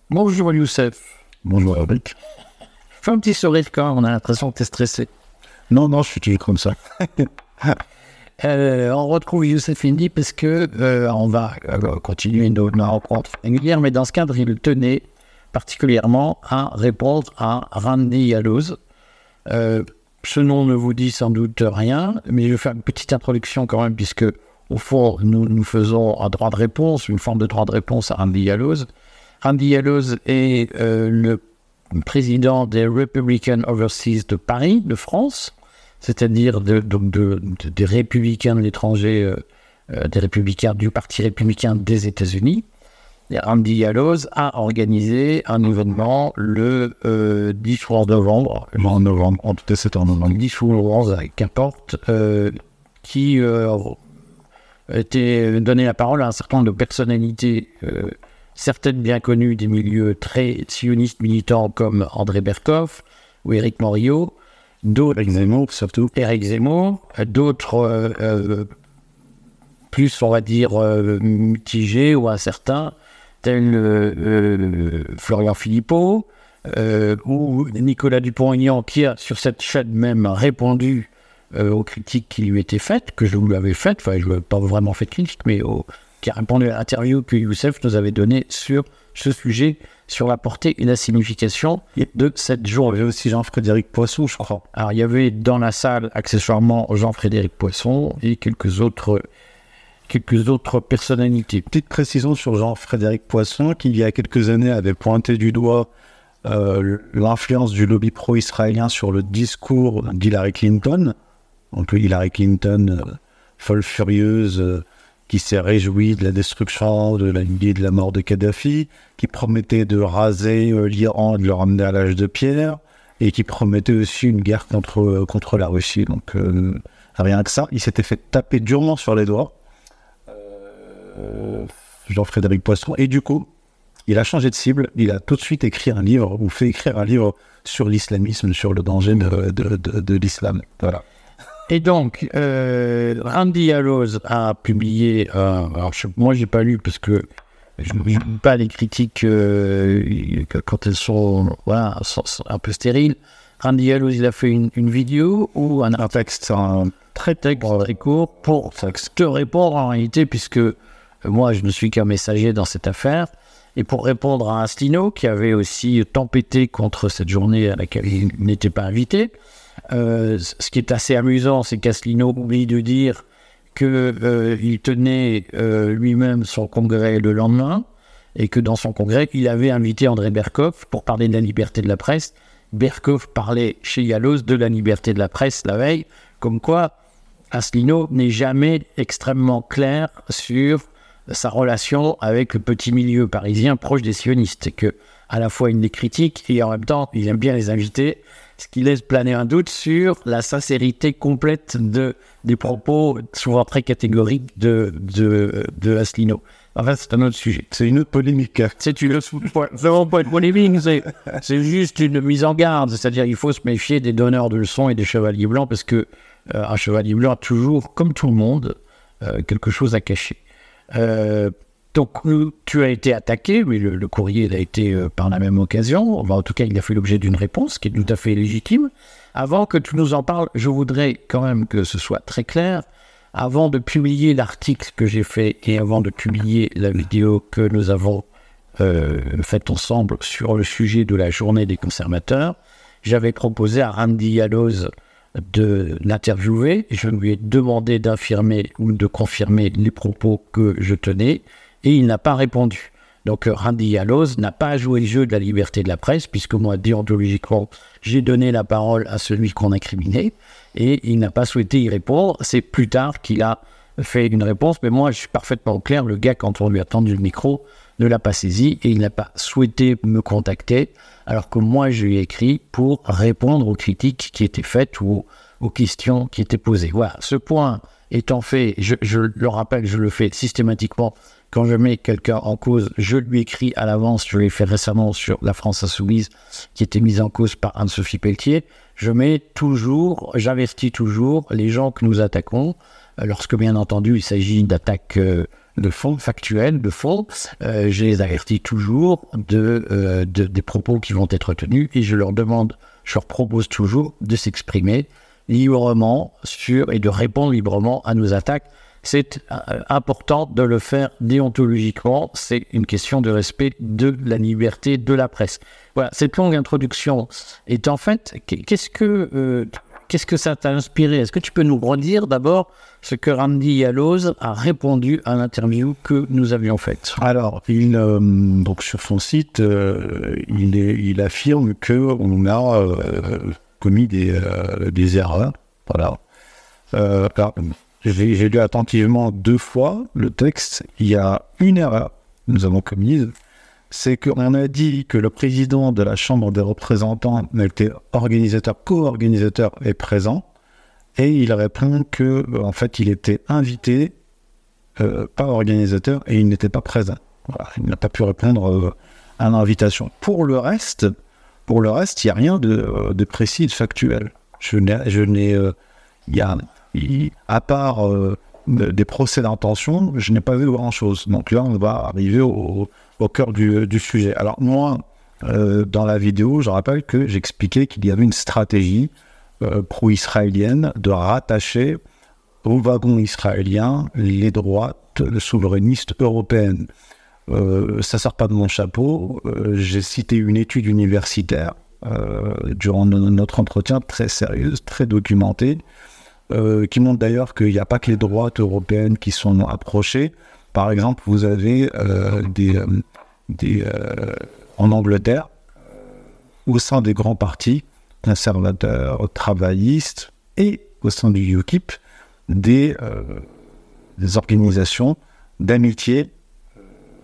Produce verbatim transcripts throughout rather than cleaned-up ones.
Bonjour Youssef. Bonjour Eric. Fais un petit sourire quand même, on a l'impression que tu es stressé. Non, non, je suis toujours comme ça. euh, on retrouve Youssef Indy parce que euh, on va euh, continuer nos, nos rencontres régulières, mais dans ce cadre, il tenait particulièrement à répondre à Randy Yaloz. Euh, ce nom ne vous dit sans doute rien, mais je vais faire une petite introduction quand même, puisque au fond, nous, nous faisons un droit de réponse, une forme de droit de réponse à Randy Yaloz. Randy Yaloz est euh, le président des Republican Overseas de Paris, de France, c'est-à-dire de, donc de, de, des républicains de l'étranger, euh, euh, des républicains du Parti républicain des États-Unis. Et Randy Yaloz a organisé un événement le euh, dix novembre. En novembre, en tout cas c'était en novembre. dix ou onze, qu'importe, euh, qui euh, était donné la parole à un certain nombre de personnalités, euh, certaines bien connues des milieux très sionistes militants comme André Berkoff ou Éric Morillo, d'autres, Éric Zemmour surtout. Éric Zemmour, d'autres euh, euh, plus on va dire euh, mitigés ou incertains, tels euh, euh, Florian Philippot euh, ou Nicolas Dupont-Aignan, qui a sur cette chaîne même répondu euh, aux critiques qui lui étaient faites, que je vous l'avais faites, enfin je n'ai pas vraiment fait de critique, mais au, qui a répondu à l'interview que Youssef nous avait donnée sur ce sujet, sur la portée et la signification de cette journée. Il y avait aussi Jean-Frédéric Poisson, je crois. Alors il y avait dans la salle accessoirement Jean-Frédéric Poisson et quelques autres quelques autres personnalités. Petite précision sur Jean-Frédéric Poisson, qui il y a quelques années avait pointé du doigt euh, l'influence du lobby pro-israélien sur le discours d'Hillary Clinton. Donc Hillary Clinton, euh, folle furieuse, euh, qui s'est réjouie de la destruction, de la, de la mort de Kadhafi, qui promettait de raser euh, l'Iran, de le ramener à l'âge de pierre, et qui promettait aussi une guerre contre, euh, contre la Russie. Donc euh, rien que ça, il s'était fait taper durement sur les doigts. Euh, Jean-Frédéric Poisson, et du coup il a changé de cible, il a tout de suite écrit un livre, ou fait écrire un livre sur l'islamisme, sur le danger de, de, de, de l'islam. Voilà. Et donc euh, Randy Yaloz a publié euh, alors je, moi j'ai pas lu parce que je ne lis pas les critiques euh, quand elles sont, voilà, sont, sont un peu stériles. Randy Yaloz, il a fait une, une vidéo ou un, un texte un très texte très court pour te répondre en réalité, puisque euh, moi je ne suis qu'un messager dans cette affaire, et pour répondre à Asselineau qui avait aussi tempêté contre cette journée à laquelle il n'était pas invité. Euh, ce qui est assez amusant, c'est qu'Asselineau oublie de dire qu'il euh, tenait euh, lui-même son congrès le lendemain, et que dans son congrès il avait invité André Berkoff pour parler de la liberté de la presse. Berkoff parlait chez Yaloz de la liberté de la presse la veille, comme quoi Asselineau n'est jamais extrêmement clair sur sa relation avec le petit milieu parisien proche des sionistes, et que à la fois il les critique et en même temps il aime bien les inviter, ce qui laisse planer un doute sur la sincérité complète de, des propos souvent très catégoriques de, de, de Asselineau. Enfin, c'est un autre sujet. C'est une autre polémique. C'est une autre vraiment pas une polémique, c'est, c'est juste une mise en garde. C'est-à-dire qu'il faut se méfier des donneurs de leçons et des chevaliers blancs, parce que euh, un chevalier blanc a toujours, comme tout le monde, euh, quelque chose à cacher. Euh, donc, tu as été attaqué, mais le, le courrier a été euh, par la même occasion. Enfin, en tout cas, il a fait l'objet d'une réponse qui est tout à fait légitime. Avant que tu nous en parles, je voudrais quand même que ce soit très clair. Avant de publier l'article que j'ai fait et avant de publier la vidéo que nous avons euh, faite ensemble sur le sujet de la journée des conservateurs, j'avais proposé à Randy Yaloz de l'interviewer. Je lui ai demandé d'infirmer ou de confirmer les propos que je tenais, et il n'a pas répondu. Donc Randy Yaloz n'a pas joué le jeu de la liberté de la presse, puisque moi, déontologiquement, j'ai donné la parole à celui qu'on incriminait, et il n'a pas souhaité y répondre. C'est plus tard qu'il a fait une réponse, mais moi je suis parfaitement clair, le gars, quand on lui a tendu le micro, ne l'a pas saisi, et il n'a pas souhaité me contacter, alors que moi je lui ai écrit pour répondre aux critiques qui étaient faites ou aux, aux questions qui étaient posées. Voilà, ce point étant fait, je, je le rappelle, je le fais systématiquement. Quand je mets quelqu'un en cause, je lui écris à l'avance. Je l'ai fait récemment sur la France Insoumise, qui était mise en cause par Anne-Sophie Pelletier. Je mets toujours, j'avertis toujours les gens que nous attaquons, lorsque bien entendu il s'agit d'attaques euh, de fond, factuels, de fond. Euh, je les avertis toujours de, euh, de, des propos qui vont être tenus et je leur demande, je leur propose toujours de s'exprimer librement sur et de répondre librement à nos attaques. C'est euh, important de le faire déontologiquement. C'est une question de respect de la liberté de la presse. Voilà, cette longue introduction est en fait, qu'est-ce que, euh, qu'est-ce que ça t'a inspiré? Est-ce que tu peux nous redire d'abord ce que Randy Yaloz a répondu à l'interview que nous avions faite? Alors, il, euh, donc sur son site, euh, il, est, il affirme qu'on a euh, commis des, euh, des erreurs. Voilà. Euh, alors, j'ai, j'ai lu attentivement deux fois le texte. Il y a une erreur que nous avons commise. C'est qu'on a dit que le président de la Chambre des représentants était organisateur, co-organisateur et présent. Et il répond que, en fait, il était invité, euh, pas organisateur, et il n'était pas présent. Voilà, il n'a pas pu répondre euh, à l'invitation. Pour le reste, pour le reste, il n'y a rien de, de précis et de factuel. Je n'ai, je n'ai, euh, il y a, il, à part euh, des procès d'intention, je n'ai pas vu grand-chose. Donc là, on va arriver au, au cœur du, du sujet. Alors moi, euh, dans la vidéo, je rappelle que j'expliquais qu'il y avait une stratégie Euh, pro-israélienne de rattacher au wagon israélien les droites souverainistes européennes. Euh, ça ne sort pas de mon chapeau. Euh, j'ai cité une étude universitaire euh, durant no- notre entretien, très sérieuse, très documentée, euh, qui montre d'ailleurs qu'il n'y a pas que les droites européennes qui sont approchées. Par exemple, vous avez euh, des, euh, des, euh, en Angleterre, euh, au sein des grands partis, conservateurs, travaillistes, et au sein du U K I P, des, euh, des organisations d'amitié euh,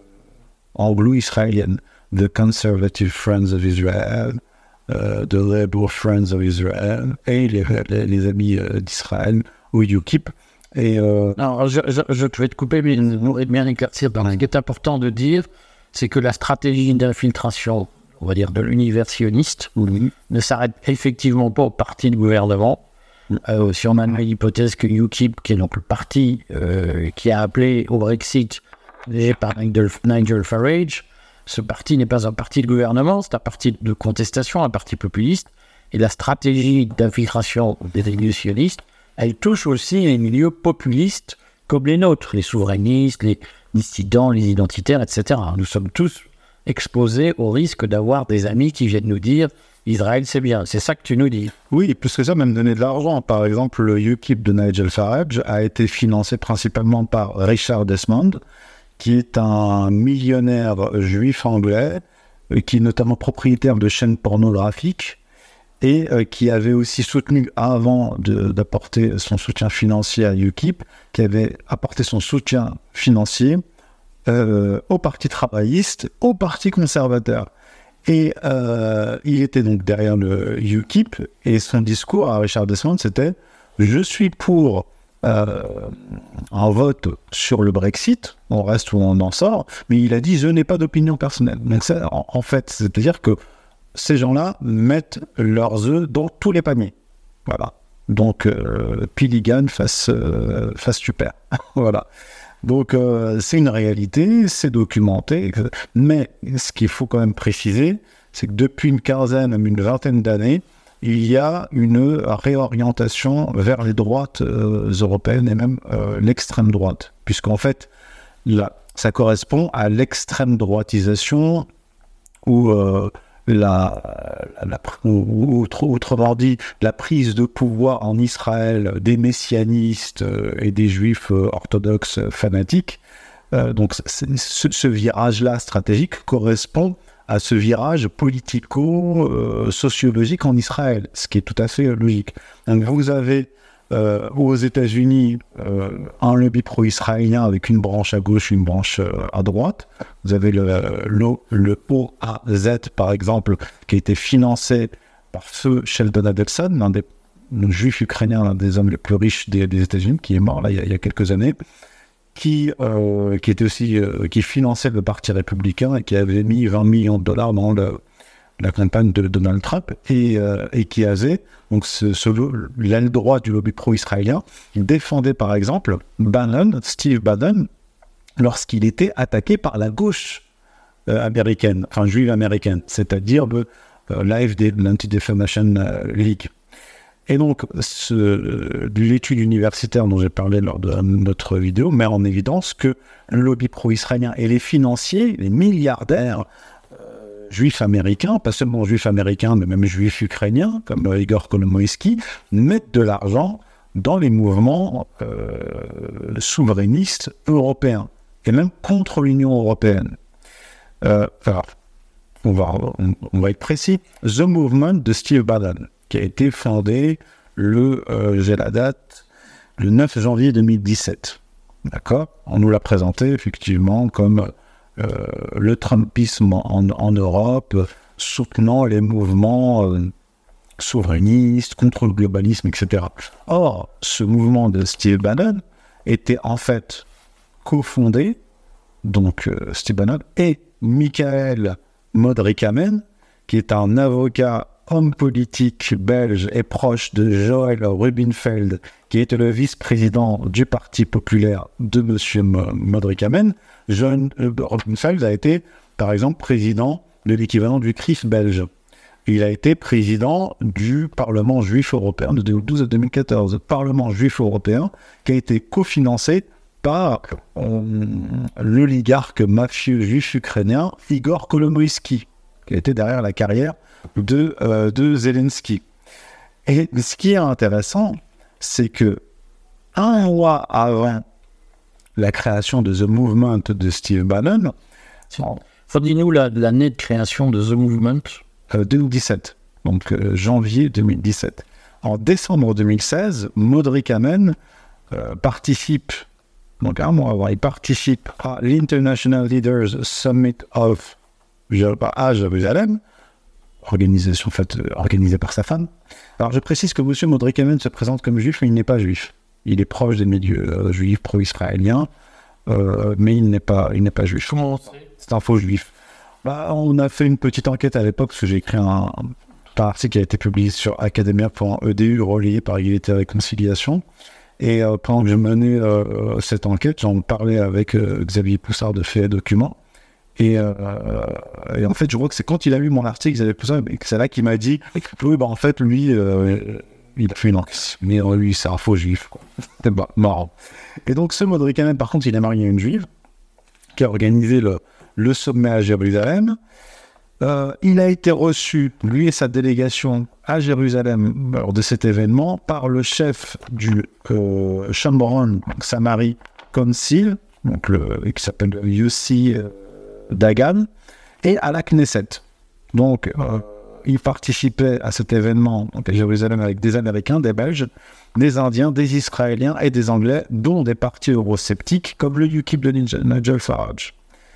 anglo-israéliennes. The Conservative Friends of Israel, euh, The Labour Friends of Israel, et les, les, les amis euh, d'Israël au U K I P. Et, euh... Alors, je, je, je vais te couper, mais je voudrais bien éclaircir. Ce qui est important de dire, c'est que la stratégie d'infiltration, on va dire, de l'univers sioniste, mmh. ne s'arrête effectivement pas au parti de gouvernement. Mmh. Euh, si on a l'hypothèse que U K I P, qui est donc le parti euh, qui a appelé au Brexit, dirigé par Nigel, Nigel Farage, ce parti n'est pas un parti de gouvernement, c'est un parti de contestation, un parti populiste. Et la stratégie d'infiltration des milieux sionistes, elle touche aussi les milieux populistes comme les nôtres, les souverainistes, les dissidents, les identitaires, et cetera. Nous sommes tous exposés au risque d'avoir des amis qui viennent nous dire Israël c'est bien, c'est ça que tu nous dis. Oui, plus que ça, même donner de l'argent. Par exemple, le U K I P de Nigel Farage a été financé principalement par Richard Desmond, qui est un millionnaire juif anglais, qui est notamment propriétaire de chaînes pornographiques et euh, qui avait aussi soutenu, avant de, d'apporter son soutien financier à U K I P, qui avait apporté son soutien financier Euh, au parti travailliste, au parti conservateur. Et euh, il était donc derrière le U K I P, et son discours à Richard Desmond, c'était « Je suis pour euh, un vote sur le Brexit, on reste où on en sort, mais il a dit « Je n'ai pas d'opinion personnelle ». Donc ça, en, en fait, c'est-à-dire que ces gens-là mettent leurs œufs dans tous les paniers. Voilà. Donc, euh, Piligan face, euh, face super. Voilà. Donc, euh, c'est une réalité, c'est documenté, mais ce qu'il faut quand même préciser, c'est que depuis une quinzaine, même une vingtaine d'années, il y a une réorientation vers les droites euh, européennes et même euh, l'extrême droite, puisqu'en fait, là, ça correspond à l'extrême droitisation où euh, la, la, ou, autrement dit, la prise de pouvoir en Israël des messianistes et des juifs orthodoxes fanatiques. Euh, donc ce, ce virage-là stratégique correspond à ce virage politico-sociologique en Israël, ce qui est tout à fait logique. Donc vous avez euh, aux États-Unis euh, un lobby pro-israélien avec une branche à gauche, une branche euh, à droite. Vous avez le, le, le O A Z, par exemple, qui a été financé par feu Sheldon Adelson, l'un des juifs ukrainiens, l'un des hommes les plus riches des, des États-Unis, qui est mort là il y a, il y a quelques années, qui, euh, qui était aussi euh, qui finançait le parti républicain et qui avait mis vingt millions de dollars dans le, la campagne de Donald Trump, et, euh, et qui avait donc ce, ce, l'aile droite du lobby pro-israélien. Il défendait par exemple Bannon, Steve Bannon, lorsqu'il était attaqué par la gauche euh, américaine, enfin juive américaine, c'est-à-dire euh, l'A F D, l'Anti-Defamation League. Et donc, ce, l'étude universitaire dont j'ai parlé lors de notre vidéo met en évidence que le lobby pro-israélien et les financiers, les milliardaires euh, juifs américains, pas seulement juifs américains, mais même juifs ukrainiens, comme Igor Kolomoïski, mettent de l'argent dans les mouvements euh, souverainistes européens, et même contre l'Union européenne. Euh, alors, on va, on, on va être précis. The Movement de Steve Bannon, qui a été fondé le, euh, j'ai la date, le neuf janvier deux mille dix-sept. D'accord ? On nous l'a présenté effectivement comme euh, le Trumpisme en, en Europe, soutenant les mouvements euh, souverainistes, contre le globalisme, et cetera. Or, ce mouvement de Steve Bannon était en fait cofondé, donc euh, Steve Bannon et Michael Modrikamen, qui est un avocat homme politique belge et proche de Joël Rubinfeld, qui était le vice-président du Parti populaire de M. Modrikamen. Joël Rubinfeld a été, par exemple, président de l'équivalent du C R I F belge. Il a été président du Parlement juif européen de deux mille douze à deux mille quatorze. Parlement juif européen qui a été cofinancé par euh, l'oligarque mafieux juif ukrainien Igor Kolomoïski, qui a été derrière la carrière de, euh, de Zelensky. Et ce qui est intéressant, c'est que un mois avant la création de The Movement de Steve Bannon, faut dis-nous la, l'année de création de The Movement. euh, deux mille dix-sept, donc euh, janvier deux mille dix-sept. En décembre deux mille seize, Modrikamen euh, participe, donc un mois avant, il participe à l'International Leaders Summit of à Jérusalem, organisation faite, organisée par sa femme. Alors je précise que M. Modrikamen se présente comme juif, mais il n'est pas juif. Il est proche des milieux euh, juifs pro-israéliens, euh, mais il n'est pas, il n'est pas juif. Comment on sait ? C'est un faux juif. Bah, on a fait une petite enquête à l'époque, parce que j'ai écrit un, un article qui a été publié sur academia point e d u, relayé par Égalité et Réconciliation. Et euh, pendant que je menais euh, cette enquête, j'en parlais avec euh, Xavier Poussard de Faits et Documents. Et, euh, et en fait, je vois que c'est quand il a lu mon article, Xavier Poussard, et que c'est là qu'il m'a dit oui, bah en fait, lui, euh, il a fait une enquête. Mais euh, lui, c'est un faux juif, quoi. C'était bah, marrant. Et donc, ce Modrikamen, par contre, il est marié à une juive qui a organisé le, le sommet à Jérusalem. Euh, il a été reçu, lui et sa délégation, à Jérusalem lors de cet événement par le chef du euh, Shomron Samari Council, donc le, qui s'appelle Yossi euh, Dagan, et à la Knesset. Donc, euh, il participait à cet événement donc à Jérusalem avec des Américains, des Belges, des Indiens, des Israéliens et des Anglais, dont des partis eurosceptiques comme le U K I P de Nigel Farage.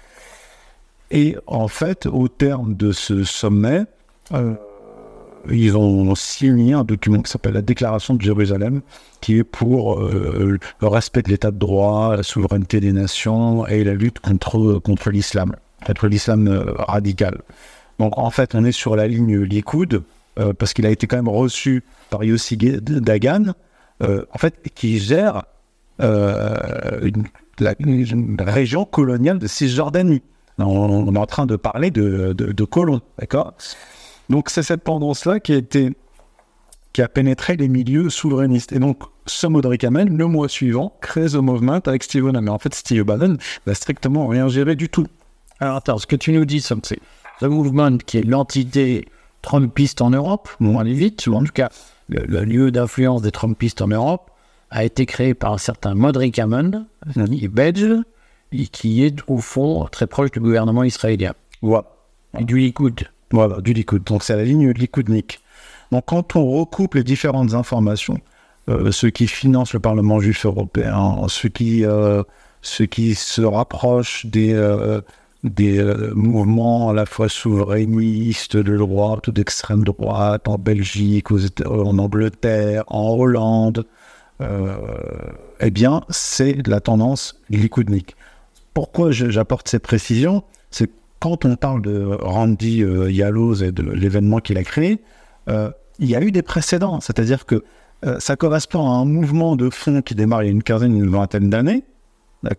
Et en fait, au terme de ce sommet, euh, ils ont signé un document qui s'appelle la Déclaration de Jérusalem, qui est pour euh, le respect de l'état de droit, la souveraineté des nations et la lutte contre, contre l'islam, contre l'islam euh, radical. Donc en fait, on est sur la ligne Likoud, euh, parce qu'il a été quand même reçu par Yossi Dagan, euh, en fait, qui gère euh, une, la, une région coloniale de Cisjordanie. On, on est en train de parler de, de, de colons, d'accord ? Donc c'est cette tendance-là qui a été, qui a pénétré les milieux souverainistes. Et donc, ce Modrikamen, le mois suivant, crée The Movement avec Steve Bannon. Mais en fait, Steve Bannon n'a strictement rien géré du tout. Alors attends, ce que tu nous dis, c'est The Movement qui est l'entité trumpiste en Europe, Mmh. on va aller vite, ou en tout cas le, le lieu d'influence des trumpistes en Europe, a été créé par un certain Modrikamen, Mmh. qui est belge, et qui est au fond très proche du gouvernement israélien. Voilà. Et du Likoud. Voilà, du Likoud. Donc c'est la ligne Likoudnik. Donc quand on recoupe les différentes informations, euh, ceux qui financent le Parlement juif européen, ceux qui, euh, ceux qui se rapprochent des, euh, des euh, mouvements à la fois souverainistes de droite ou d'extrême droite, en Belgique, aux États, en Angleterre, en Hollande, euh, eh bien c'est la tendance Likoudnik. Pourquoi je, j'apporte ces précisions ? C'est quand on parle de Randy euh, Yaloz et de l'événement qu'il a créé, euh, il y a eu des précédents. C'est-à-dire que euh, ça correspond à un mouvement de fond qui démarre il y a une quinzaine, une vingtaine d'années, d'accord ?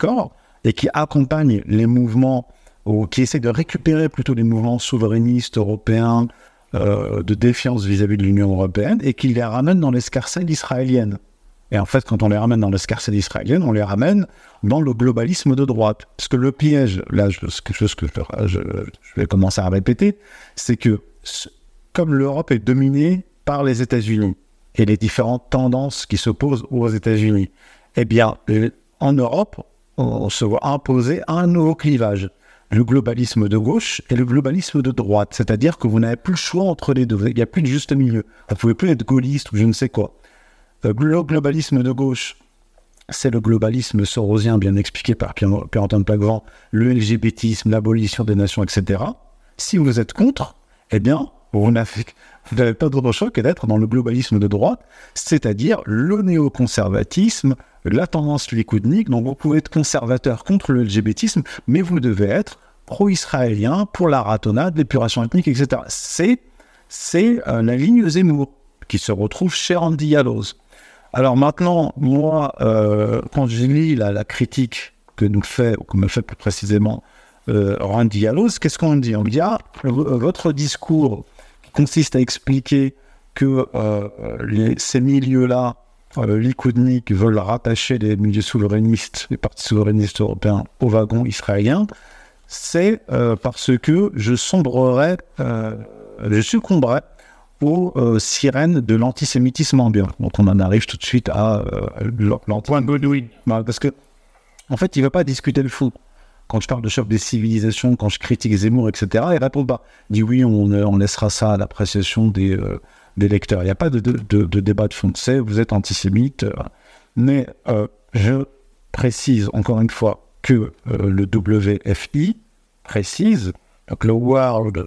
et qui accompagne les mouvements, ou qui essaie de récupérer plutôt les mouvements souverainistes européens euh, de défiance vis-à-vis de l'Union européenne, et qui les ramène dans l'escarcelle israélienne. Et en fait, quand on les ramène dans l'escarcelle israélienne, on les ramène dans le globalisme de droite. Parce que le piège, là, je, quelque chose que je, je, je vais commencer à répéter, c'est que comme l'Europe est dominée par les États-Unis et les différentes tendances qui s'opposent aux États-Unis, eh bien, en Europe, on se voit imposer un nouveau clivage. Le globalisme de gauche et le globalisme de droite. C'est-à-dire que vous n'avez plus le choix entre les deux. Il n'y a plus de juste milieu. Vous ne pouvez plus être gaulliste ou je ne sais quoi. Le globalisme de gauche, c'est le globalisme sorosien, bien expliqué par Pierre-Antoine Plaquevent, le L G B T isme, l'abolition des nations, et cetera. Si vous êtes contre, eh bien, vous n'avez pas d'autre choix que d'être dans le globalisme de droite, c'est-à-dire le néoconservatisme, la tendance likoudnique. Donc vous pouvez être conservateur contre le L G B T isme, mais vous devez être pro-israélien, pour la ratonnade, l'épuration ethnique, et cetera. C'est, c'est euh, la ligne Zemmour qui se retrouve chez Randy Yaloz. Alors maintenant, moi, euh, quand je lis la, la critique que nous fait, ou que me fait plus précisément euh, Randy Yaloz, qu'est-ce qu'on dit ? On dit, ah, votre discours qui consiste à expliquer que euh, les, ces milieux-là, euh, likoudniques, veulent rattacher les milieux souverainistes, les partis souverainistes européens au wagon israélien, c'est euh, parce que je sombrerais, euh, je succomberais aux euh, sirènes de l'antisémitisme ambiant. Donc on en arrive tout de suite à euh, l'antisémitisme. Parce que, en fait, il ne veut pas discuter le fond. Quand je parle de choc des civilisations, quand je critique Zemmour, et cetera, il ne répond pas. Il dit oui, on, on laissera ça à l'appréciation des, euh, des lecteurs. Il n'y a pas de, de, de, de débat de fond. C'est vous êtes antisémite. Euh, mais euh, je précise encore une fois que euh, le W F I précise, donc le World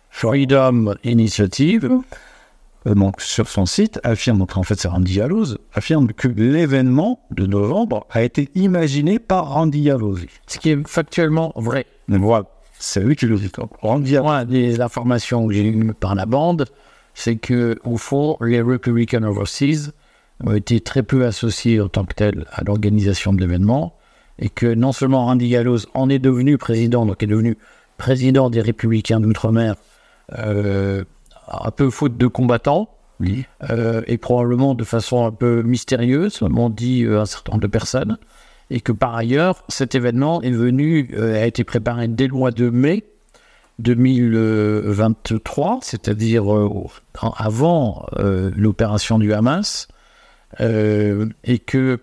Freedom Initiative, euh, donc sur son site, affirme, donc en fait c'est Randy Yaloz, affirme que l'événement de novembre a été imaginé par Randy Yaloz. Ce qui est factuellement vrai. Donc voilà, c'est lui qui le dit. Randy Yaloz. Moi, des informations que j'ai eues par la bande, c'est que au fond, les Republican Overseas ont été très peu associés en tant que tels à l'organisation de l'événement, et que non seulement Randy Yaloz en est devenu président, donc est devenu président des Républicains d'Outre-mer, Euh, un peu faute de combattants, oui. euh, et probablement de façon un peu mystérieuse, m'ont dit euh, un certain nombre de personnes, et que par ailleurs, cet événement est venu, euh, a été préparé dès le mois de mai deux mille vingt-trois, c'est-à-dire euh, avant euh, l'opération du Hamas, euh, et que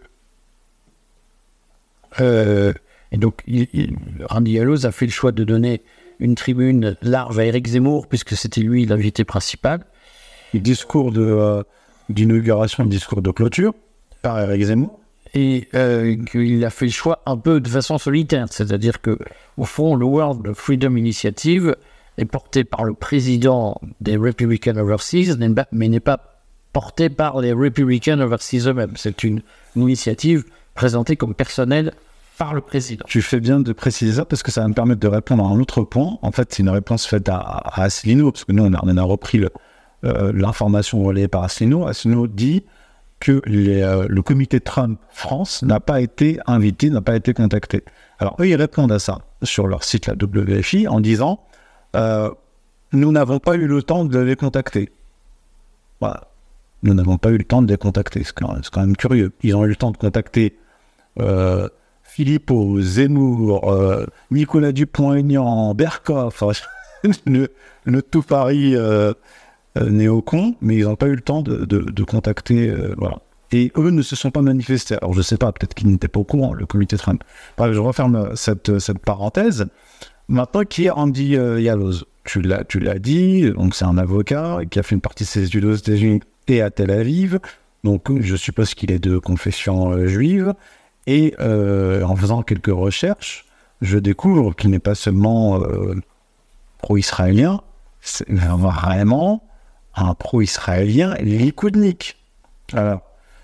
euh, et donc il, il, Randy Yaloz a fait le choix de donner une tribune large à Éric Zemmour, puisque c'était lui l'invité principal. Le discours de, euh, d'inauguration, le discours de clôture par Éric Zemmour. Et euh, qu'il a fait le choix un peu de façon solitaire, c'est-à-dire que au fond, le World Freedom Initiative est porté par le président des Republican Overseas, mais n'est pas porté par les Republican Overseas eux-mêmes. C'est une, une initiative présentée comme personnelle par le président. Tu fais bien de préciser ça parce que ça va me permettre de répondre à un autre point. En fait, c'est une réponse faite à, à Asselineau, parce que nous, on a, on a repris le, euh, l'information relayée par Asselineau. Asselineau dit que les, euh, le comité Trump France n'a pas été invité, n'a pas été contacté. Alors, eux, ils répondent à ça sur leur site, la W F I, en disant euh, « Nous n'avons pas eu le temps de les contacter. » Voilà. Nous n'avons pas eu le temps de les contacter. C'est quand même, c'est quand même curieux. Ils ont eu le temps de contacter Euh, Philippot, Zemmour, euh, Nicolas Dupont-Aignan, Berkoff, le, le tout Paris euh, euh, néocon, mais ils n'ont pas eu le temps de, de, de contacter. Euh, voilà. Et eux ne se sont pas manifestés. Alors je ne sais pas, peut-être qu'ils n'étaient pas au courant, le comité Trump. Bref, je referme cette, cette parenthèse. Maintenant, qui est Randy euh, Yaloz ? Tu l'as, tu l'as dit, donc c'est un avocat qui a fait une partie de ses études aux États-Unis et à Tel Aviv. Donc je suppose qu'il est de confession euh, juive. Et euh, en faisant quelques recherches, je découvre qu'il n'est pas seulement euh, pro-israélien, c'est vraiment un pro-israélien likoudnique. Alors,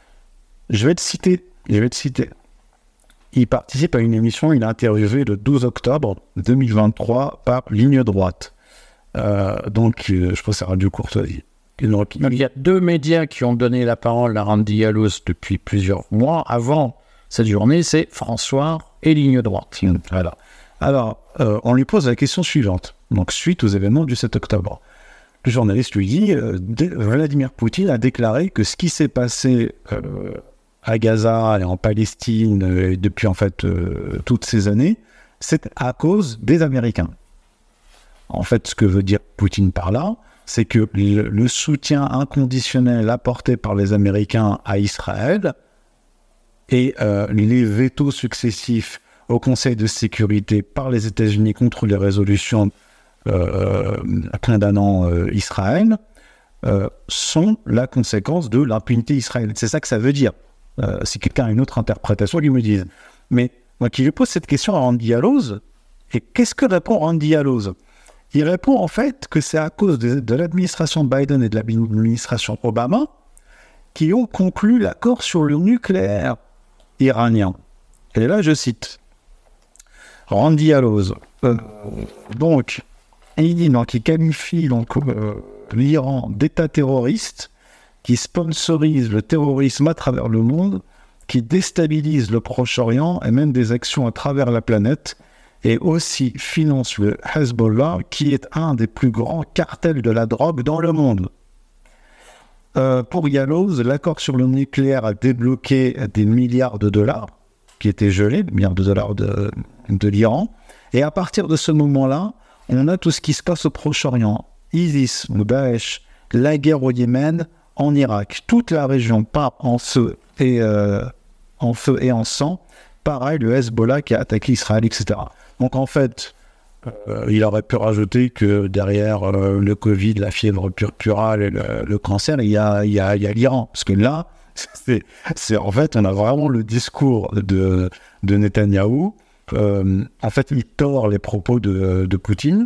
je vais te citer, je vais te citer. Il participe à une émission, il a interviewé le douze octobre deux mille vingt-trois par Ligne Droite. Euh, donc, euh, je pense que c'est Radio Courtoisie. Donc, il y a deux médias qui ont donné la parole à Randy Yaloz depuis plusieurs mois, avant cette journée, c'est François et ligne droite. Voilà. Alors, euh, on lui pose la question suivante. Donc, suite aux événements du sept octobre. Le journaliste lui dit euh, Vladimir Poutine a déclaré que ce qui s'est passé euh, à Gaza et en Palestine euh, depuis en fait euh, toutes ces années, c'est à cause des Américains. En fait, ce que veut dire Poutine par là, c'est que le, le soutien inconditionnel apporté par les Américains à Israël et euh, les vétos successifs au Conseil de sécurité par les États-Unis contre les résolutions euh, condamnant euh, Israël euh, sont la conséquence de l'impunité israélienne. C'est ça que ça veut dire. Euh, si quelqu'un a une autre interprétation, lui me dise. Mais moi qui lui pose cette question à Randy Hallows, et qu'est-ce que répond Randy Hallows ? Il répond en fait que c'est à cause de, de l'administration Biden et de l'administration Obama qui ont conclu l'accord sur le nucléaire iranien. Et là, je cite Randy Hallows. Euh, donc, il dit donc, il qualifie donc, euh, l'Iran d'État terroriste qui sponsorise le terrorisme à travers le monde, qui déstabilise le Proche-Orient et mène des actions à travers la planète, et aussi finance le Hezbollah, qui est un des plus grands cartels de la drogue dans le monde. Euh, pour Hallows, l'accord sur le nucléaire a débloqué des milliards de dollars, qui étaient gelés, des milliards de dollars de, de l'Iran, et à partir de ce moment-là, on a tout ce qui se passe au Proche-Orient. ISIS, Daesh, la guerre au Yémen, en Irak, toute la région part en feu et, euh, en, feu et en sang. Pareil, le Hezbollah qui a attaqué Israël, et cetera. Donc en fait, euh, il aurait pu rajouter que derrière euh, le Covid, la fièvre purpurale et le, le cancer, il y a, il y a, il y a l'Iran. Parce que là, c'est, c'est, en fait, on a vraiment le discours de, de Netanyahou. Euh, en fait, il tord les propos de, de Poutine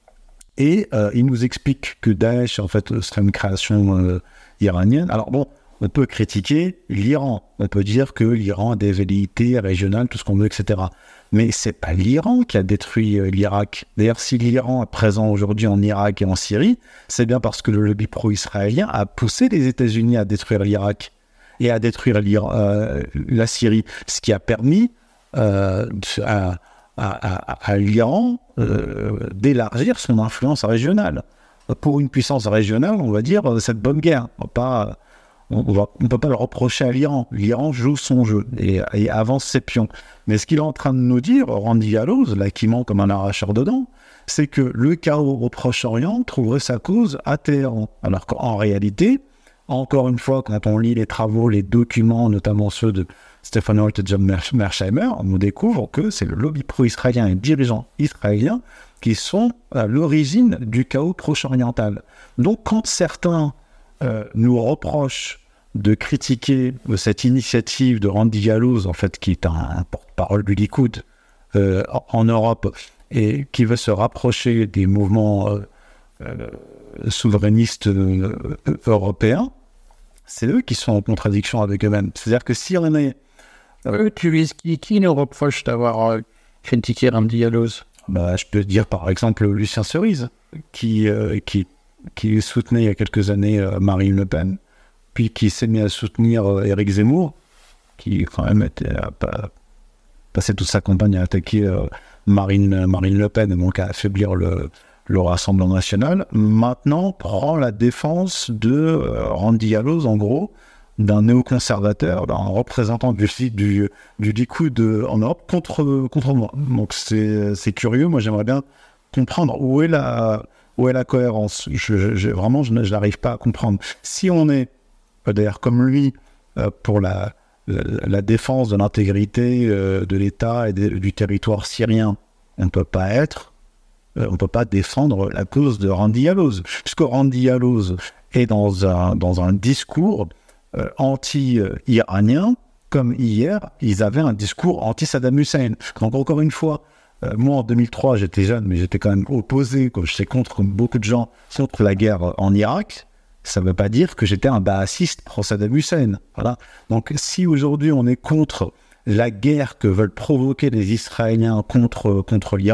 et euh, il nous explique que Daesh, en fait, serait une création euh, iranienne. Alors bon, on peut critiquer l'Iran. On peut dire que l'Iran a des velléités régionales, tout ce qu'on veut, et cetera. Mais c'est pas l'Iran qui a détruit euh, l'Irak. D'ailleurs, si l'Iran est présent aujourd'hui en Irak et en Syrie, c'est bien parce que le lobby pro-israélien a poussé les États-Unis à détruire l'Irak et à détruire euh, la Syrie, ce qui a permis euh, à, à, à, à l'Iran euh, d'élargir son influence régionale. Pour une puissance régionale, on va dire, cette bonne guerre. On pas... On ne peut pas le reprocher à l'Iran. L'Iran joue son jeu et, et avance ses pions. Mais ce qu'il est en train de nous dire, Randy Hallows, là, qui ment comme un arracheur de dents, c'est que le chaos au Proche-Orient trouverait sa cause à Téhéran. Alors qu'en réalité, encore une fois, quand on lit les travaux, les documents, notamment ceux de Stephen Holt et John Mearsheimer, on nous découvre que c'est le lobby pro-israélien et les dirigeants israéliens qui sont à l'origine du chaos proche-oriental. Donc quand certains euh, nous reprochent de critiquer cette initiative de Randy Hallows, en fait, qui est un, un porte-parole du Likoud euh, en Europe et qui veut se rapprocher des mouvements euh, euh, souverainistes euh, européens, c'est eux qui sont en contradiction avec eux-mêmes. C'est-à-dire que si on est... Euh, tu es qui, qui nous reproche d'avoir euh, critiqué Randy Hallows? Bah, je peux dire par exemple Lucien Cerise, qui, euh, qui, qui soutenait il y a quelques années euh, Marine Le Pen, puis qui s'est mis à soutenir euh, Éric Zemmour, qui quand même était, a pas, passé toute sa campagne à attaquer euh, Marine, Marine Le Pen, et donc à affaiblir le, le Rassemblement national, maintenant prend la défense de euh, Randy Hallows, en gros, d'un néoconservateur, d'un représentant du, du, du Likoud en Europe contre, contre moi. Donc c'est, c'est curieux, moi j'aimerais bien comprendre où est la, où est la cohérence. Je, je, vraiment, je, je n'arrive pas à comprendre. Si on est, d'ailleurs comme lui, euh, pour la, la, la défense de l'intégrité euh, de l'État et de, du territoire syrien, on ne peut pas être, euh, on ne peut pas défendre la cause de Randy Hallows, puisque Randy Hallows est dans un, dans un discours Euh, anti-iranien, comme hier, ils avaient un discours anti-Saddam Hussein. Donc encore une fois, euh, moi en deux mille trois, j'étais jeune, mais j'étais quand même opposé, comme je sais contre, comme beaucoup de gens, contre la guerre en Irak. Ça ne veut pas dire que j'étais un baassiste pro-Saddam Hussein. Voilà. Donc si aujourd'hui on est contre la guerre que veulent provoquer les Israéliens contre, contre l'Iran,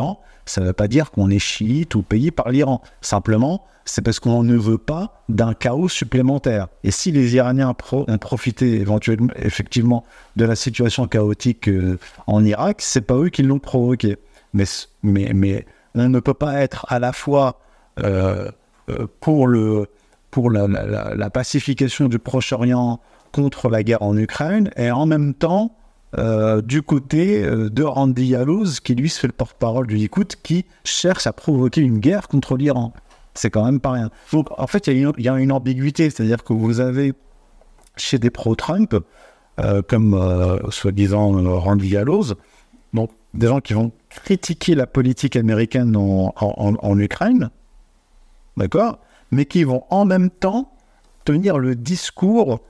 Ça ne veut pas dire qu'on est chiite ou payé par l'Iran. Simplement, c'est parce qu'on ne veut pas d'un chaos supplémentaire. Et si les Iraniens pro- ont profité éventuellement, effectivement, de la situation chaotique euh, en Irak, c'est pas eux qui l'ont provoqué. Mais, mais, mais on ne peut pas être à la fois euh, euh, pour, le, pour la, la, la pacification du Proche-Orient contre la guerre en Ukraine et en même temps euh, du côté euh, de Randy Yalouz, qui lui se fait le porte-parole du Likoud, qui cherche à provoquer une guerre contre l'Iran. C'est quand même pas rien. Donc en fait, il y, y a une ambiguïté, c'est-à-dire que vous avez chez des pro-Trump, euh, comme euh, soi-disant euh, Randy Yalouz, donc des gens qui vont critiquer la politique américaine en, en, en Ukraine, d'accord, mais qui vont en même temps tenir le discours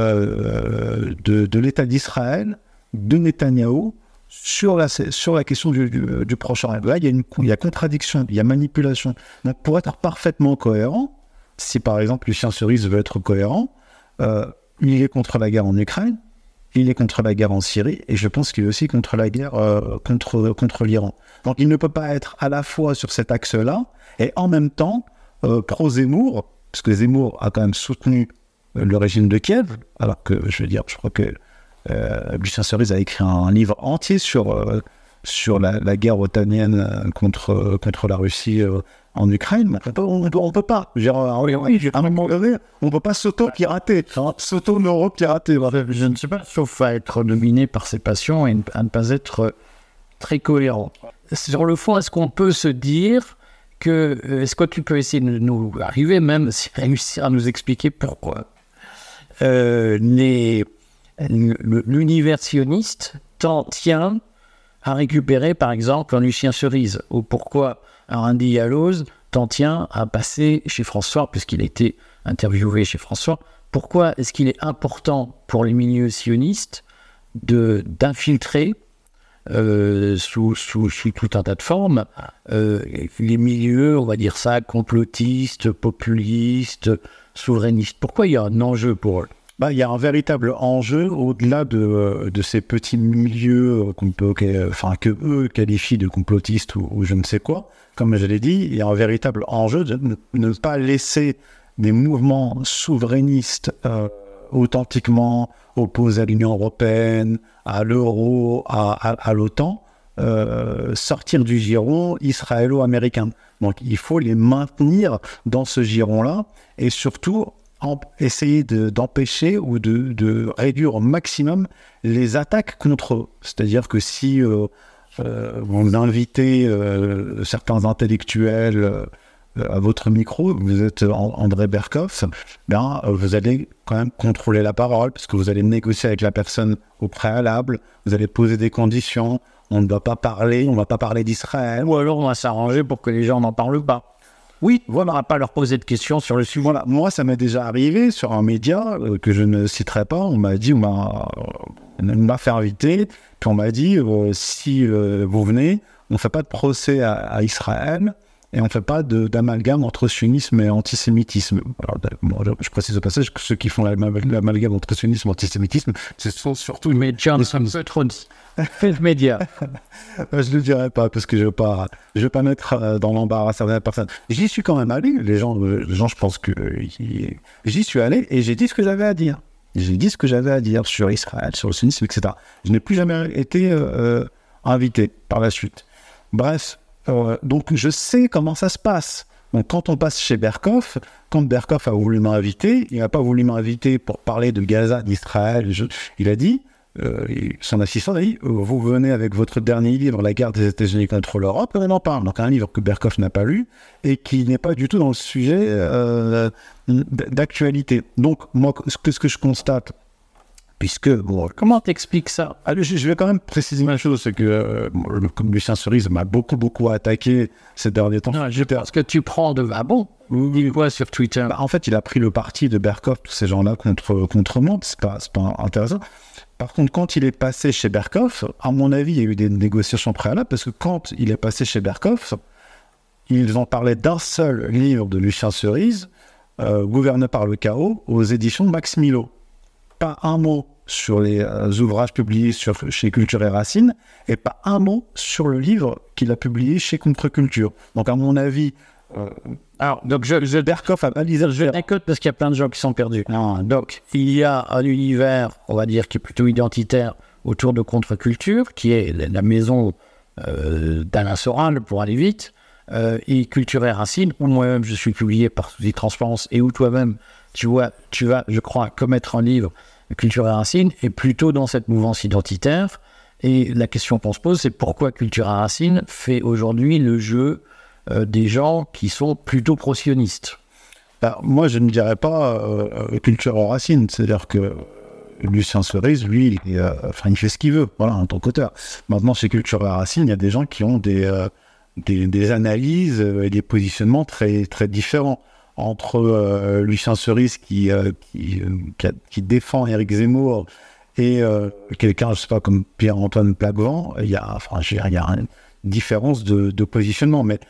euh, de, de l'État d'Israël, de Netanyahou, sur la, sur la question du, du, du Proche-Orient. Là, il y, a une, il y a contradiction, il y a manipulation. Donc, pour être parfaitement cohérent, si par exemple Lucien Cerise veut être cohérent, euh, il est contre la guerre en Ukraine, il est contre la guerre en Syrie, et je pense qu'il est aussi contre la guerre euh, contre, contre l'Iran. Donc, il ne peut pas être à la fois sur cet axe-là, et en même temps, euh, pro-Zemmour, parce que Zemmour a quand même soutenu euh, le régime de Kiev, alors que, je veux dire, je crois que euh, Lucien Cerise a écrit un, un livre entier sur, euh, sur la, la guerre otanienne contre, contre la Russie euh, en Ukraine. On ne peut pas. Je veux dire, oui, oui, à un moment donné, on ne peut pas s'auto-pirater, hein, s'auto-neuro-pirater. Je ne sais pas, sauf à être dominé par ses passions et à ne pas être très cohérent. Sur le fond, est-ce qu'on peut se dire que, est-ce que tu peux essayer de nous arriver même, si réussir à nous expliquer pourquoi euh, les, l'univers sioniste t'en tient à récupérer par exemple un Lucien Cerise, ou pourquoi un Randy Yalouz t'en tient à passer chez François, puisqu'il a été interviewé chez François. Pourquoi est-ce qu'il est important pour les milieux sionistes de, d'infiltrer Euh, sous, sous, sous tout un tas de formes, euh, les milieux, on va dire ça, complotistes, populistes, souverainistes. Pourquoi il y a un enjeu pour eux ? Bah, il y a un véritable enjeu au-delà de, de ces petits milieux qu'on peut, enfin, que eux qualifient de complotistes ou, ou je ne sais quoi. Comme je l'ai dit, il y a un véritable enjeu de ne, ne pas laisser des mouvements souverainistes euh, authentiquement opposés à l'Union européenne, à l'euro, à, à, à l'OTAN, euh, sortir du giron israélo-américain. Donc il faut les maintenir dans ce giron-là et surtout en, essayer de, d'empêcher ou de, de réduire au maximum les attaques contre eux. C'est-à-dire que si euh, euh, on invitait euh, certains intellectuels euh, à votre micro, vous êtes André Berkoff, ben, vous allez quand même contrôler la parole, parce que vous allez négocier avec la personne au préalable, vous allez poser des conditions, on ne doit pas parler, on ne va pas parler d'Israël. Ou alors on va s'arranger pour que les gens n'en parlent pas. Oui, voilà, on ne va pas leur poser de questions sur le sujet. Voilà. Moi, ça m'est déjà arrivé sur un média euh, que je ne citerai pas, on m'a dit, on m'a, on m'a fait inviter, puis on m'a dit, euh, si euh, vous venez, on ne fait pas de procès à, à Israël, et on ne fait pas de, d'amalgame entre sionisme et antisémitisme. Alors, bon, je précise au passage que ceux qui font l'amalgame entre sionisme et antisémitisme, ce sont surtout... Mais tiens, ça me fait trop dit. Fais le média. Je ne le dirai pas, parce que je ne veux pas, je veux pas mettre dans l'embarras certaines personnes. J'y suis quand même allé. Les gens, les gens je pense que... J'y suis allé et j'ai dit ce que j'avais à dire. J'ai dit ce que j'avais à dire sur Israël, sur le sionisme, et cetera. Je n'ai plus jamais été euh, invité par la suite. Bref. Euh, donc je sais comment ça se passe. Donc quand on passe chez Berkoff, quand Berkoff a voulu m'inviter, il n'a pas voulu m'inviter pour parler de Gaza, d'Israël. Je, il a dit, euh, son assistant a dit, vous venez avec votre dernier livre, La guerre des États-Unis contre l'Europe, et on en parle. Donc un livre que Berkoff n'a pas lu et qui n'est pas du tout dans le sujet euh, d'actualité. Donc moi, ce que, ce que je constate, puisque, bon, comment t'expliques ça ? Alors, je, je vais quand même préciser une chose, c'est que euh, comme Lucien Cerise m'a beaucoup, beaucoup attaqué ces derniers temps. Non, je pense que tu prends de... Ah bon ? Oui, dis quoi sur Twitter ? Bah, en fait, il a pris le parti de Berkoff, tous ces gens-là, contre, contre moi. C'est pas, c'est pas intéressant. Par contre, quand il est passé chez Berkoff, à mon avis, il y a eu des négociations préalables, parce que quand il est passé chez Berkoff, ils ont parlé d'un seul livre de Lucien Cerise, euh, Gouverné par le chaos, aux éditions Max Milo. Pas un mot sur les euh, ouvrages publiés sur, chez Culture et Racines, et pas un mot sur le livre qu'il a publié chez Contre-Culture. Donc, à mon avis, euh, alors, donc je, je, Berkoff a balisé le je décode parce qu'il y a plein de gens qui sont perdus. Non, donc, il y a un univers, on va dire, qui est plutôt identitaire autour de Contre-Culture, qui est la maison euh, d'Alain Soral, pour aller vite, euh, et Culture et Racines, où moi-même je suis publié par Souci Transparence, et où toi-même, tu vois, tu vas, je crois, commettre un livre, Culture et Racines, est plutôt dans cette mouvance identitaire. Et la question qu'on se pose, c'est pourquoi Culture et Racines fait aujourd'hui le jeu euh, des gens qui sont plutôt pro-sionistes. Ben, moi, je ne dirais pas euh, Culture et Racines, c'est-à-dire que Lucien Cerise, lui, il, euh, enfin, il fait ce qu'il veut, voilà, en tant qu'auteur. Maintenant, chez Culture et Racines, il y a des gens qui ont des, euh, des, des analyses et des positionnements très, très différents. Entre euh, Lucien Cerise qui, euh, qui, euh, qui, a, qui défend Éric Zemmour et euh, quelqu'un, je ne sais pas, comme Pierre-Antoine Plaquevent, il y a, enfin, je veux dire, il y a une différence de, de positionnement. Mais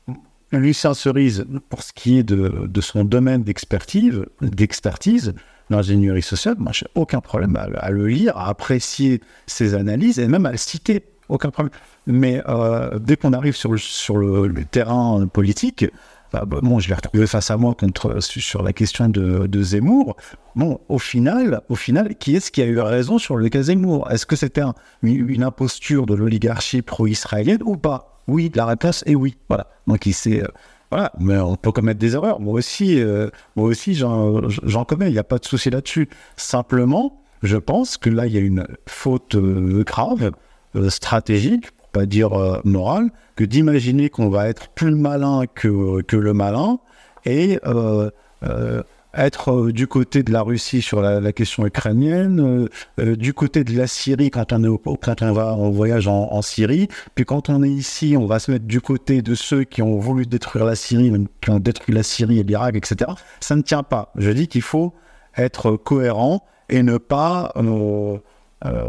Lucien Cerise, pour ce qui est de, de son domaine d'expertise, d'expertise, l'ingénierie sociale, moi, je n'ai aucun problème à, à le lire, à apprécier ses analyses et même à le citer, aucun problème. Mais euh, dès qu'on arrive sur le, sur le, le terrain politique, bah, bah, bon, je l'ai retrouvé face à moi contre, sur la question de, de Zemmour. Bon, au final, au final, qui est-ce qui a eu raison sur le cas Zemmour? Est-ce que c'était un, une, une imposture de l'oligarchie pro-israélienne ou pas? Oui, la réponse est oui. Voilà. Donc il s'est... Euh, Voilà, mais on peut commettre des erreurs. Moi aussi, euh, moi aussi j'en, j'en commets, il n'y a pas de souci là-dessus. Simplement, je pense que là, il y a une faute euh, grave, euh, stratégique, pour pas dire euh, morale, que d'imaginer qu'on va être plus malin que, que le malin et euh, euh, être euh, du côté de la Russie sur la, la question ukrainienne, euh, euh, du côté de la Syrie quand on, est au, quand on va en voyage en, en Syrie, puis quand on est ici, on va se mettre du côté de ceux qui ont voulu détruire la Syrie, qui ont détruit la Syrie et l'Irak, et cetera. Ça ne tient pas. Je dis qu'il faut être cohérent et ne pas, euh, euh,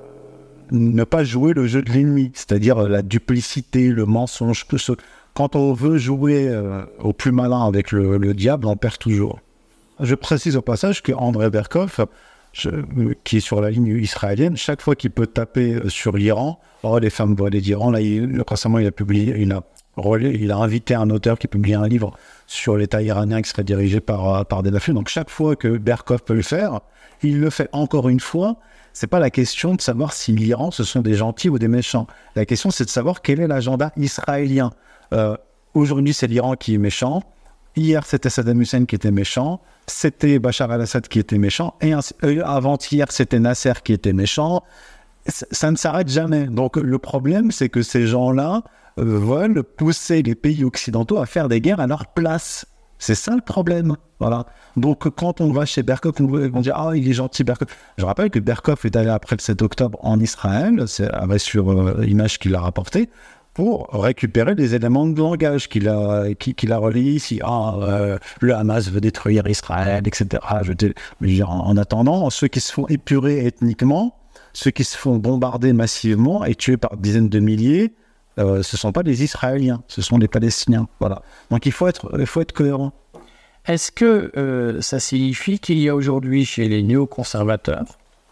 ne pas jouer le jeu de l'ennemi, c'est-à-dire la duplicité, le mensonge. Que ce... Quand on veut jouer euh, au plus malin avec le, le diable, on perd toujours. Je précise au passage qu'André Berkoff, je, qui est sur la ligne israélienne, chaque fois qu'il peut taper sur l'Iran, oh, les femmes voilées d'Iran, là, il, récemment, il a publié, il a, il a invité un auteur qui a publié un livre sur l'État iranien qui serait dirigé par, par Delafeu. Donc, chaque fois que Berkoff peut le faire, il le fait encore une fois. C'est pas la question de savoir si l'Iran, ce sont des gentils ou des méchants. La question, c'est de savoir quel est l'agenda israélien. Euh, aujourd'hui, c'est l'Iran qui est méchant. Hier, c'était Saddam Hussein qui était méchant. C'était Bachar al-Assad qui était méchant. Et euh, avant-hier, c'était Nasser qui était méchant. Ça, ça ne s'arrête jamais. Donc, le problème, c'est que ces gens-là euh, veulent pousser les pays occidentaux à faire des guerres à leur place. C'est ça le problème. Voilà. Donc, quand on va chez Berkoff, on va dire « Ah, il est gentil, Berkoff ». Je rappelle que Berkoff est allé après le sept octobre en Israël, c'est sur euh, l'image qu'il a rapportée, pour récupérer les éléments de langage qu'il a, qu'il a relayés ici. Ah, euh, le Hamas veut détruire Israël, et cetera. Je te, je veux dire, en, en attendant, ceux qui se font épurer ethniquement, ceux qui se font bombarder massivement et tuer par dizaines de milliers, euh, ce ne sont pas les Israéliens, ce sont les Palestiniens. Voilà. Donc il faut être, il faut être cohérent. Est-ce que euh, ça signifie qu'il y a aujourd'hui chez les néoconservateurs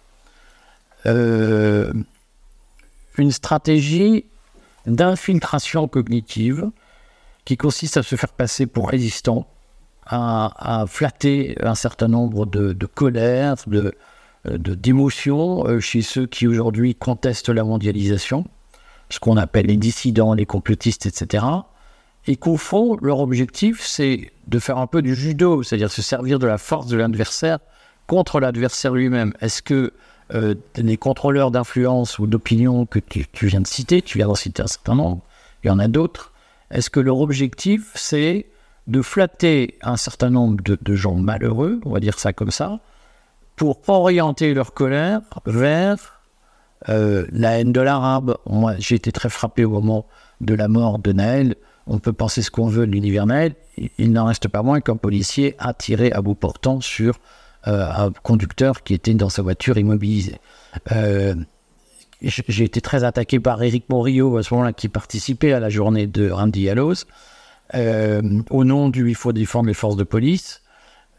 euh, une stratégie d'infiltration cognitive qui consiste à se faire passer pour résistant, à, à flatter un certain nombre de, de colères, de, de, d'émotions euh, chez ceux qui aujourd'hui contestent la mondialisation, ce qu'on appelle les dissidents, les complotistes, et cetera, et qu'au fond, leur objectif, c'est de faire un peu du judo, c'est-à-dire se servir de la force de l'adversaire contre l'adversaire lui-même. Est-ce que euh, les contrôleurs d'influence ou d'opinion que tu, tu viens de citer, tu viens d'en citer un certain nombre, il y en a d'autres, est-ce que leur objectif, c'est de flatter un certain nombre de, de gens malheureux, on va dire ça comme ça, pour orienter leur colère vers euh, la haine de l'arabe? Moi, j'ai été très frappé au moment de la mort de Naël. On peut penser ce qu'on veut de l'univers Naël, il n'en reste pas moins qu'un policier a tiré à bout portant sur euh, un conducteur qui était dans sa voiture immobilisé. Euh, j'ai été très attaqué par Éric Morillo à ce moment-là, qui participait à la journée de Ramdi Alloz, euh, au nom du « il faut défendre les forces de police ».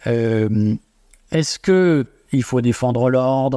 Euh, est-ce qu'il faut défendre l'ordre?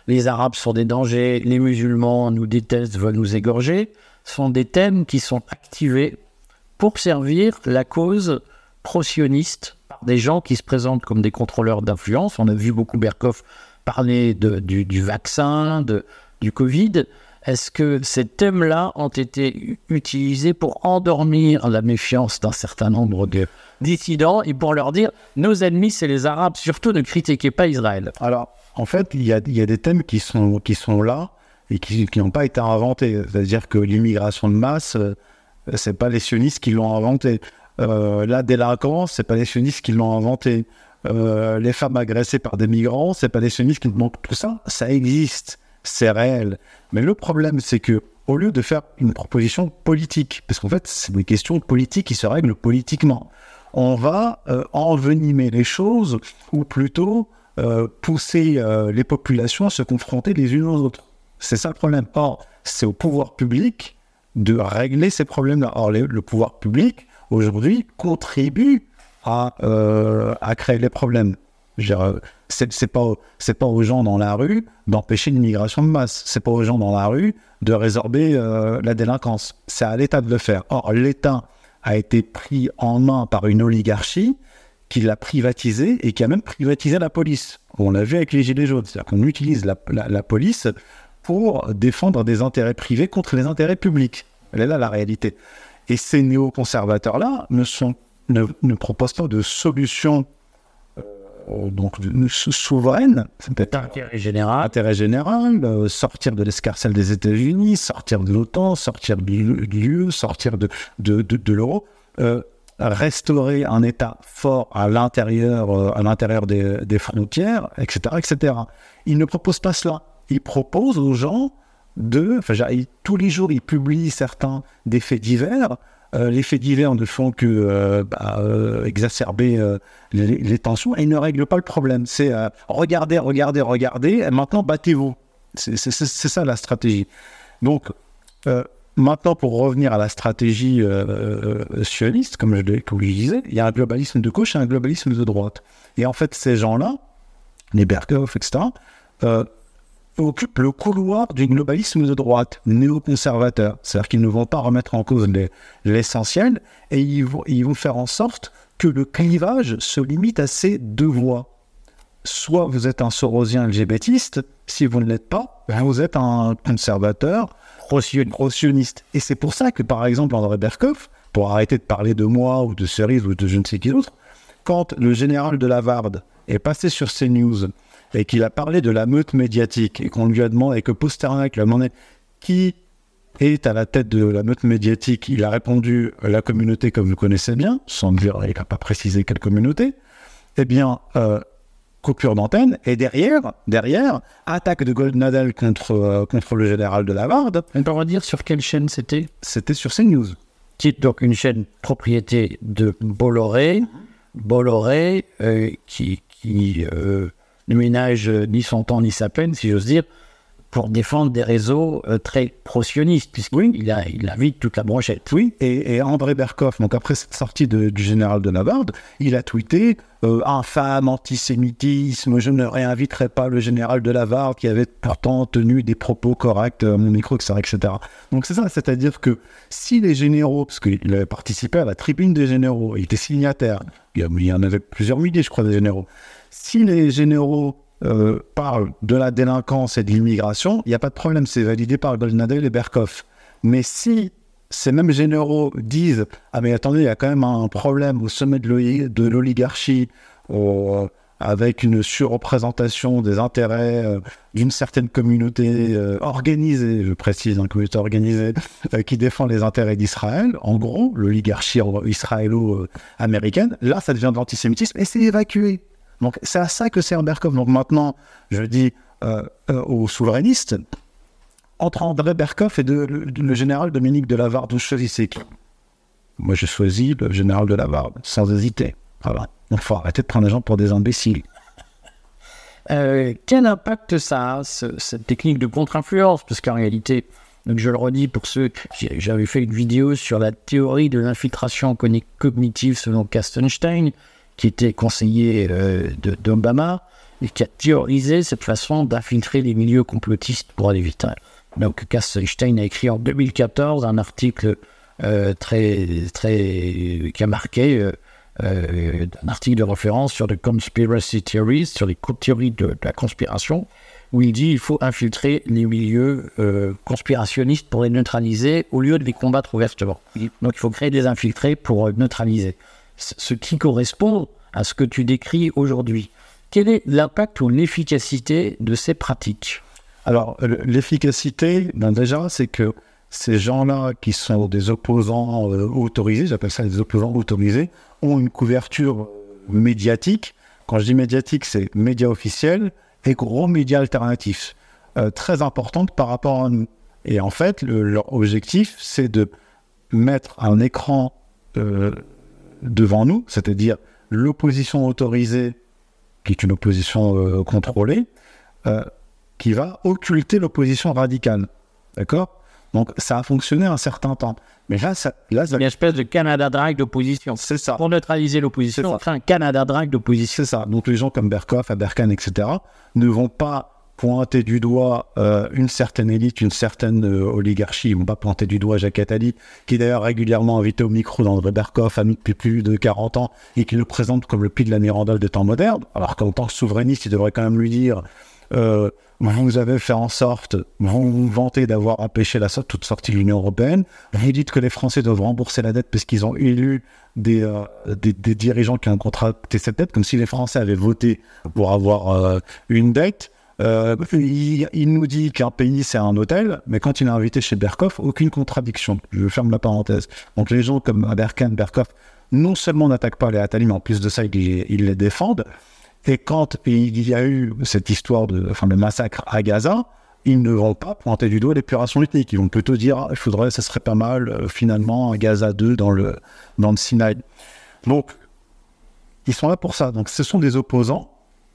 les Arabes sont des dangers, les musulmans nous détestent, veulent nous égorger, sont des thèmes qui sont activés pour servir la cause pro-sioniste par des gens qui se présentent comme des contrôleurs d'influence. On a vu beaucoup Berkoff parler de, du, du vaccin, de, du Covid. Est-ce que ces thèmes-là ont été utilisés pour endormir la méfiance d'un certain nombre de dissidents et pour leur dire « nos ennemis, c'est les Arabes, surtout ne critiquez pas Israël ». Alors, en fait, il y a, il y a des thèmes qui sont, qui sont là et qui, qui n'ont pas été inventés. C'est-à-dire que l'immigration de masse, euh, c'est pas les sionistes qui l'ont inventé. Euh, la délinquance, c'est pas les sionistes qui l'ont inventé. Euh, les femmes agressées par des migrants, c'est pas les sionistes qui l'ont... Tout ça, ça existe. C'est réel. Mais le problème, c'est que au lieu de faire une proposition politique, parce qu'en fait, c'est des questions politiques qui se règlent politiquement, on va euh, envenimer les choses, ou plutôt euh, pousser euh, les populations à se confronter les unes aux autres. C'est ça le problème. Or, c'est au pouvoir public de régler ces problèmes-là. Or, les, le pouvoir public, aujourd'hui, contribue à, euh, à créer les problèmes. Je veux dire, c'est, c'est pas, c'est pas aux gens dans la rue d'empêcher l'immigration de masse. C'est pas aux gens dans la rue de résorber euh, la délinquance. C'est à l'État de le faire. Or, l'État a été pris en main par une oligarchie qui l'a privatisé et qui a même privatisé la police. On l'a vu avec les Gilets jaunes. C'est-à-dire qu'on utilise la, la, la police pour défendre des intérêts privés contre les intérêts publics. Elle est là la réalité. Et ces néoconservateurs-là ne, sont, ne, ne proposent pas de solutions donc souveraine, intérêt général, intérêt général euh, sortir de l'escarcelle des États-Unis, sortir de l'OTAN, sortir de l'U E, sortir de, de, de, de l'euro, euh, restaurer un État fort à l'intérieur, euh, à l'intérieur des, des frontières, et cetera, et cetera. Il ne propose pas cela. Il propose aux gens de... Enfin, il, tous les jours, il publie certains des faits divers. Euh, les faits divers ne font que euh, bah, euh, exacerber euh, les, les tensions et ils ne règlent pas le problème. C'est euh, regardez, regardez, regardez, et maintenant battez-vous. C'est, c'est, c'est, c'est ça la stratégie. Donc, euh, maintenant pour revenir à la stratégie euh, euh, sioniste, comme je, comme je disais, il y a un globalisme de gauche et un globalisme de droite. Et en fait, ces gens-là, les Berkoff, et cetera, euh, occupent le couloir du globalisme de droite, néoconservateur. C'est-à-dire qu'ils ne vont pas remettre en cause les, l'essentiel et ils vont, ils vont faire en sorte que le clivage se limite à ces deux voies. Soit vous êtes un sorosien LGBTiste, si vous ne l'êtes pas, ben vous êtes un conservateur pro-sioniste. Et c'est pour ça que, par exemple, André Berkoff, pour arrêter de parler de moi ou de Cerise ou de je ne sais qui d'autre, quand le général de Lavarde est passé sur CNews et qu'il a parlé de la meute médiatique, et qu'on lui a demandé, et que Pasternak lui a demandé qui est à la tête de la meute médiatique, il a répondu la communauté comme vous connaissez bien, sans dire, il n'a pas précisé quelle communauté, eh bien, euh, coupure d'antenne, et derrière, derrière, attaque de Goldnadel contre, euh, contre le général de Lavarde. On peut redire sur quelle chaîne c'était ? C'était sur CNews. Qui est donc une chaîne propriété de Bolloré, Bolloré, euh, qui... qui euh, ne ménage ni son temps ni sa peine, si j'ose dire, pour défendre des réseaux euh, très pro-sionistes, puisqu'il oui. il a, il a vite toute la brochette. Oui, et, et André Berkoff, donc après cette sortie de, du général de Lavarde, il a tweeté euh, « Infâme antisémitisme, je ne réinviterai pas le général de Lavarde qui avait pourtant tenu des propos corrects à mon micro, et cetera, et cetera » Donc c'est ça, c'est-à-dire que si les généraux, parce qu'il avait participé à la tribune des généraux, il était signataire, il y en avait plusieurs milliers, je crois, des généraux. Si les généraux euh, parlent de la délinquance et de l'immigration, il n'y a pas de problème, c'est validé par Goldnadel et Berkoff. Mais si ces mêmes généraux disent « Ah mais attendez, il y a quand même un problème au sommet de, l'oli- de l'oligarchie, euh, avec une surreprésentation des intérêts euh, d'une certaine communauté euh, organisée, je précise, une communauté organisée, euh, qui défend les intérêts d'Israël, en gros, l'oligarchie israélo-américaine, là ça devient de l'antisémitisme et c'est évacué. Donc c'est à ça que sert Berkoff. Donc maintenant, je dis euh, euh, aux souverainistes, entre André Berkoff et de, le, le général Dominique de Lavarde, vous choisissez qui ? Moi, j'ai choisi le général de Lavarde, sans hésiter. Voilà. Donc il faut arrêter de prendre les gens pour des imbéciles. Euh, quel impact ça a, ce, cette technique de contre-influence ? Parce qu'en réalité, donc je le redis pour ceux... J'avais fait une vidéo sur la théorie de l'infiltration cognitive selon Kastenstein, qui était conseiller euh, de, d'Obama, et qui a théorisé cette façon d'infiltrer les milieux complotistes pour aller vite. Donc Cass Sunstein a écrit en deux mille quatorze un article euh, très, très, qui a marqué euh, euh, un article de référence sur les conspiracy theories, sur les théories de, de la conspiration, où il dit qu'il faut infiltrer les milieux euh, conspirationnistes pour les neutraliser au lieu de les combattre ouvertement. Donc il faut créer des infiltrés pour euh, neutraliser. C- ce qui correspond à ce que tu décris aujourd'hui. Quel est l'impact ou l'efficacité de ces pratiques ? Alors, l'efficacité, ben déjà, c'est que ces gens-là qui sont des opposants euh, autorisés, j'appelle ça des opposants autorisés, ont une couverture médiatique. Quand je dis médiatique, c'est médias officiels et gros médias alternatifs, euh, très importante par rapport à nous. Et en fait, le, leur objectif, c'est de mettre un écran euh, devant nous, c'est-à-dire l'opposition autorisée, qui est une opposition euh, contrôlée, euh, qui va occulter l'opposition radicale. D'accord ? Donc, ça a fonctionné un certain temps. Mais là, ça... Là, ça... Une espèce de Canada Dry d'opposition. C'est ça. Pour neutraliser l'opposition, on crée un Canada Dry d'opposition. C'est ça. Donc, les gens comme Berkoff, Aberkan, et cetera ne vont pas pointer du doigt euh, une certaine élite, une certaine euh, oligarchie. Ils ne vont pas pointer du doigt Jacques Attali, qui est d'ailleurs régulièrement invité au micro d'André Berkoff, ami depuis plus de quarante ans, et qui le présente comme le Pied de la Mirandole des temps modernes, alors qu'en tant que souverainiste, il devrait quand même lui dire euh, « Vous avez fait en sorte, vous vous vantez d'avoir empêché la toute sortie de l'Union européenne, vous dites que les Français doivent rembourser la dette parce qu'ils ont élu des, euh, des, des dirigeants qui ont contracté cette dette, comme si les Français avaient voté pour avoir euh, une dette. » Euh, il, il nous dit qu'un pays c'est un hôtel, mais quand il est invité chez Berkoff, aucune contradiction. Je ferme la parenthèse. Donc les gens comme Aberkan, Berkoff, non seulement n'attaquent pas les Attali, mais en plus de ça, ils, ils les défendent. Et quand il y a eu cette histoire de, enfin, le massacre à Gaza, ils ne vont pas pointer du doigt l'épuration ethnique. Ils vont plutôt dire, ah, il faudrait, ça serait pas mal, euh, finalement, un Gaza deux dans le, dans le Sinaï. Donc, ils sont là pour ça. Donc, ce sont des opposants.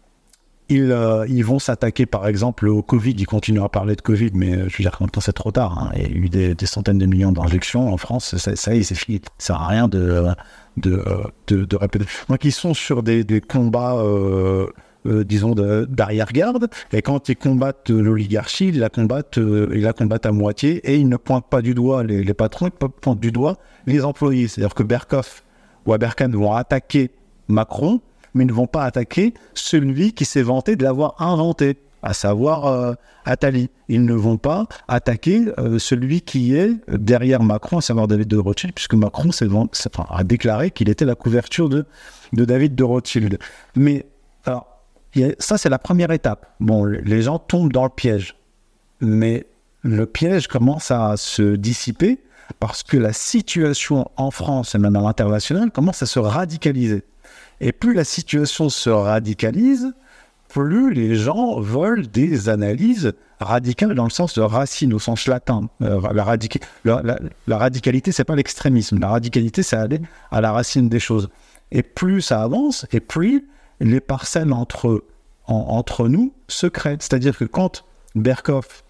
Ils, euh, ils vont s'attaquer par exemple au Covid, ils continuent à parler de Covid, mais euh, je veux dire maintenant c'est trop tard, hein. Il y a eu des, des centaines de millions d'injections en France, ça, ça y est, c'est fini, ça sert à rien de, de, de, de répéter. Donc ils sont sur des, des combats, euh, euh, disons, de, d'arrière-garde, et quand ils combattent l'oligarchie, ils la combattent, euh, ils la combattent à moitié, et ils ne pointent pas du doigt les, les patrons, ils pointent du doigt les employés. C'est-à-dire que Berkoff ou Aberkan vont attaquer Macron, mais ne vont pas attaquer celui qui s'est vanté de l'avoir inventé, à savoir euh, Attali. Ils ne vont pas attaquer euh, celui qui est derrière Macron, à savoir David de Rothschild, puisque Macron s'est vant... enfin, a déclaré qu'il était la couverture de, de David de Rothschild. Mais alors, y a... ça, c'est la première étape. Bon, les gens tombent dans le piège. Mais le piège commence à se dissiper parce que la situation en France et même à l'international commence à se radicaliser. Et plus la situation se radicalise, plus les gens veulent des analyses radicales dans le sens de racine, au sens latin. Euh, la, radica- la, la, la radicalité, c'est pas l'extrémisme. La radicalité, c'est aller à la racine des choses. Et plus ça avance, et plus les parcelles entre, en, entre nous se créent. C'est-à-dire que quand Berkoff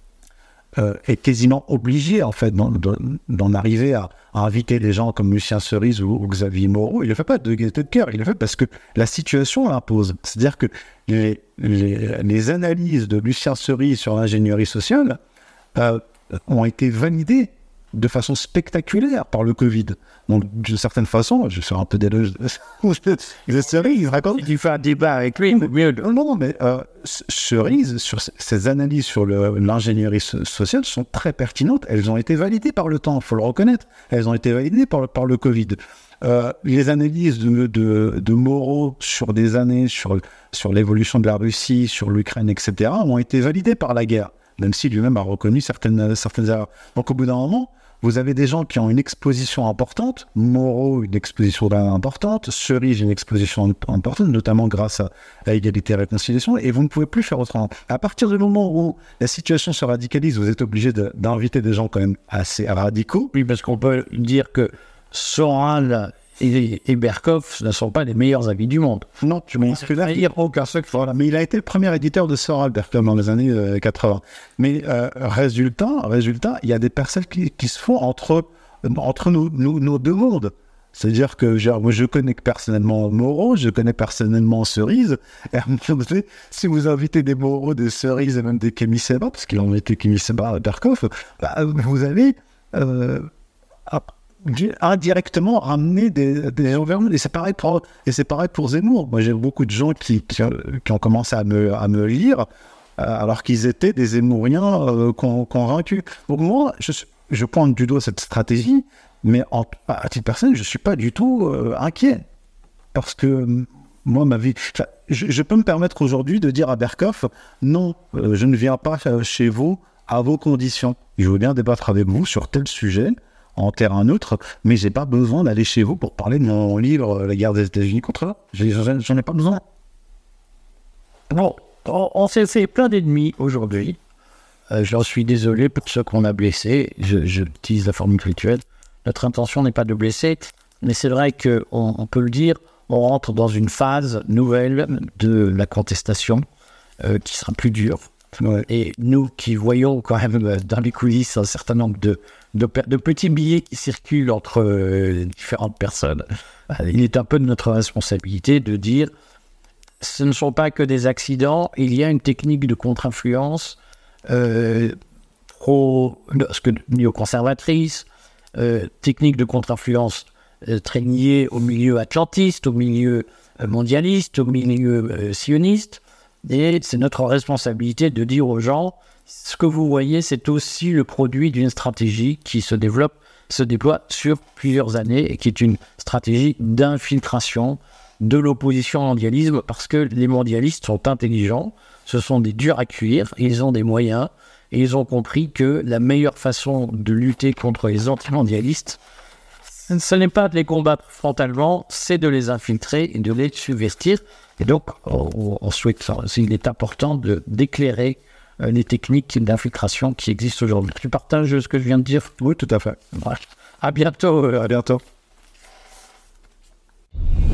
Euh, est quasiment obligé en fait d'en, d'en arriver à, à inviter des gens comme Lucien Cerise ou, ou Xavier Moreau. Il ne le fait pas de gaieté de cœur, il le fait parce que la situation l'impose. C'est-à-dire que les, les, les analyses de Lucien Cerise sur l'ingénierie sociale euh, ont été validées de façon spectaculaire par le Covid. Donc, d'une certaine façon, je fais un peu d'éloge de Cerise, il raconte... Si tu fais un débat avec lui, mieux. Non, non, mais euh, Cerise, sur ces analyses sur le, l'ingénierie so- sociale sont très pertinentes. Elles ont été validées par le temps, il faut le reconnaître. Elles ont été validées par le, par le Covid. Euh, les analyses de, de, de Moreau sur des années, sur, sur l'évolution de la Russie, sur l'Ukraine, et cetera, ont été validées par la guerre, même si lui-même a reconnu certaines, certaines erreurs. Donc, au bout d'un moment, vous avez des gens qui ont une exposition importante, Moreau une exposition importante, Cerise une exposition importante, notamment grâce à, à Égalité et Réconciliation, et vous ne pouvez plus faire autrement. À partir du moment où la situation se radicalise, vous êtes obligé de, d'inviter des gens quand même assez radicaux. Oui, parce qu'on peut dire que Soral et, et Berkoff ne sont pas les meilleurs amis du monde. Non, je m'en suis là. Il n'y a aucun secret. Voilà, mais il a été le premier éditeur de Soral, Berkoff, dans les années euh, quatre-vingts. Mais euh, résultat, résultat, il y a des personnes qui, qui se font entre, entre nous, nous, nos deux mondes. C'est-à-dire que genre, moi, je connais personnellement Moreau, je connais personnellement Cerise. Et à un moment donné, si vous invitez des Moreau, des Cerises et même des Kémy Séba, parce qu'il en était Kémy Séba à Berkoff, bah, vous allez euh, indirectement ramener des, des gens vers nous. Et c'est pareil pour, et c'est pareil pour Zemmour. Moi, j'ai beaucoup de gens qui, qui, qui ont commencé à me, à me lire euh, alors qu'ils étaient des Zemmouriens euh, convaincus. Donc moi, je, je pointe du doigt cette stratégie. Mais en, à titre personnel, je ne suis pas du tout euh, inquiet. Parce que moi, ma vie... Je, je peux me permettre aujourd'hui de dire à Berkoff, non, euh, je ne viens pas chez vous à vos conditions. Je veux bien débattre avec vous sur tel sujet, en terrain neutre, mais je n'ai pas besoin d'aller chez vous pour parler de mon livre « La guerre des États-Unis contre eux ». J'en ai pas besoin. Bon, on, on s'est fait plein d'ennemis aujourd'hui. Euh, J'en suis désolé pour ceux qu'on a blessés. Je, je utilise la formule rituelle. Notre intention n'est pas de blesser, mais c'est vrai qu'on on peut le dire, on rentre dans une phase nouvelle de la contestation euh, qui sera plus dure. Ouais. Et nous qui voyons quand même dans les coulisses un certain nombre de, de, de petits billets qui circulent entre euh, différentes personnes, il est un peu de notre responsabilité de dire ce ne sont pas que des accidents, il y a une technique de contre-influence euh, pro, néoconservatrice, Euh, technique de contre-influence euh, très liée au milieu atlantiste, au milieu euh, mondialiste, au milieu euh, sioniste. Et c'est notre responsabilité de dire aux gens, ce que vous voyez, c'est aussi le produit d'une stratégie qui se développe, se déploie sur plusieurs années et qui est une stratégie d'infiltration de l'opposition au mondialisme, parce que les mondialistes sont intelligents, ce sont des durs à cuire, ils ont des moyens. Et ils ont compris que la meilleure façon de lutter contre les antimondialistes, ce n'est pas de les combattre frontalement, c'est de les infiltrer et de les subvertir. Et donc, on, on souhaite, il est important de, d'éclairer euh, les techniques d'infiltration qui existent aujourd'hui. Tu partages ce que je viens de dire ? Oui, tout à fait. Voilà. À bientôt. À bientôt.